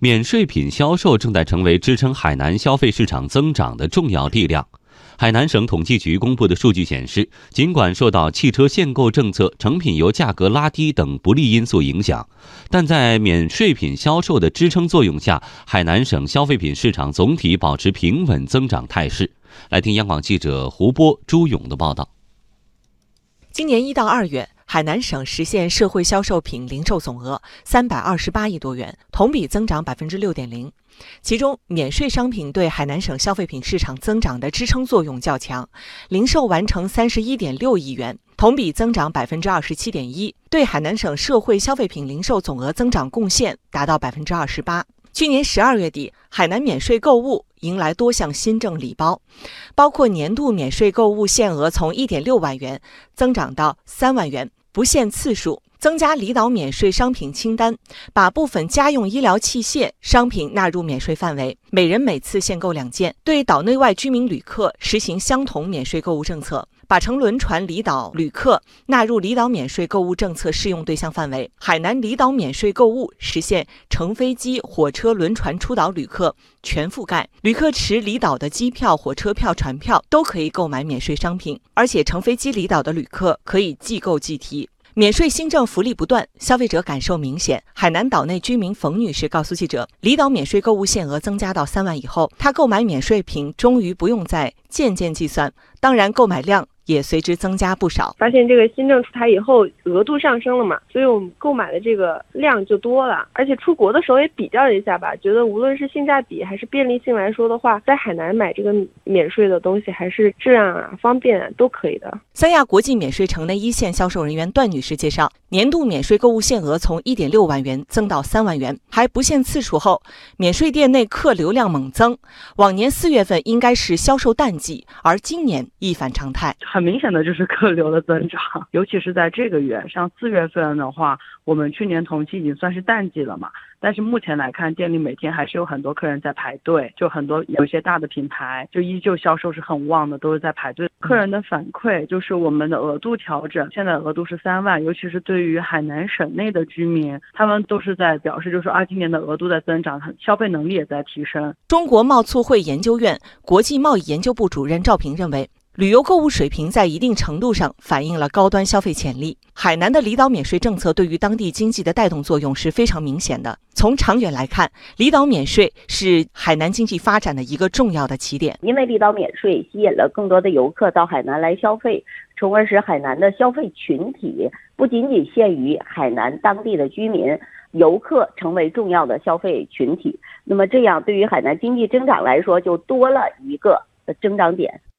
免税品销售正在成为支撑海南消费市场增长的重要力量。海南省统计局公布的数据显示，尽管受到汽车限购政策、成品油价格拉低等不利因素影响，但在免税品销售的支撑作用下，海南省消费品市场总体保持平稳增长态势。来听央广记者胡波、朱勇的报道。 今年1到2月，海南省实现社会销售品零售总额328亿多元，同比增长6.0%。其中，免税商品对海南省消费品市场增长的支撑作用较强，零售完成31.6亿元，同比增长27.1%，对海南省社会消费品零售总额增长贡献达到28%。去年12月底，海南免税购物迎来多项新政礼包，包括年度免税购物限额从1.6万元增长到3万元，不限次数，增加离岛免税商品清单，把部分家用医疗器械商品纳入免税范围，每人每次限购2件，对岛内外居民旅客实行相同免税购物政策，把乘轮船离岛旅客纳入离岛免税购物政策适用对象范围。海南离岛免税购物实现乘飞机、火车、轮船出岛旅客全覆盖，旅客持离岛的机票、火车票、船票都可以购买免税商品，而且乘飞机离岛的旅客可以即购即提。免税新政福利不断，消费者感受明显。海南岛内居民冯女士告诉记者，离岛免税购物限额增加到3万以后，她购买免税品终于不用再件件计算，当然购买量也随之增加不少。 发现这个新政出台以后，额度上升了嘛，所以我们购买的这个量就多了。而且出国的时候也比较了一下吧，觉得无论是性价比还是便利性来说的话，在海南买这个免税的东西，还是质量啊、方便啊都可以的。 三亚国际免税城内一线销售人员段女士介绍，年度免税购物限额从1.6万元增到3万元，还不限次数后，免税店内客流量猛增。往年4月份应该是销售淡季，而今年一反常态。 很明显的就是客流的增长，尤其是在这个月，像4月份的话，我们去年同期已经算是淡季了嘛，但是目前来看，店里每天还是有很多客人在排队，就有一些大的品牌就依旧销售是很旺的，都是在排队。客人的反馈就是我们的额度调整，现在额度是3万，尤其是对于海南省内的居民，他们都是在表示，就是今年的额度在增长，消费能力也在提升。 中国贸促会研究院国际贸易研究部主任赵平认为，旅游购物水平在一定程度上反映了高端消费潜力。海南的离岛免税政策对于当地经济的带动作用是非常明显的。从长远来看，离岛免税是海南经济发展的一个重要的起点。 因为离岛免税吸引了更多的游客到海南来消费，从而使海南的消费群体不仅仅限于海南当地的居民，游客成为重要的消费群体。那么这样对于海南经济增长来说，就多了一个增长点。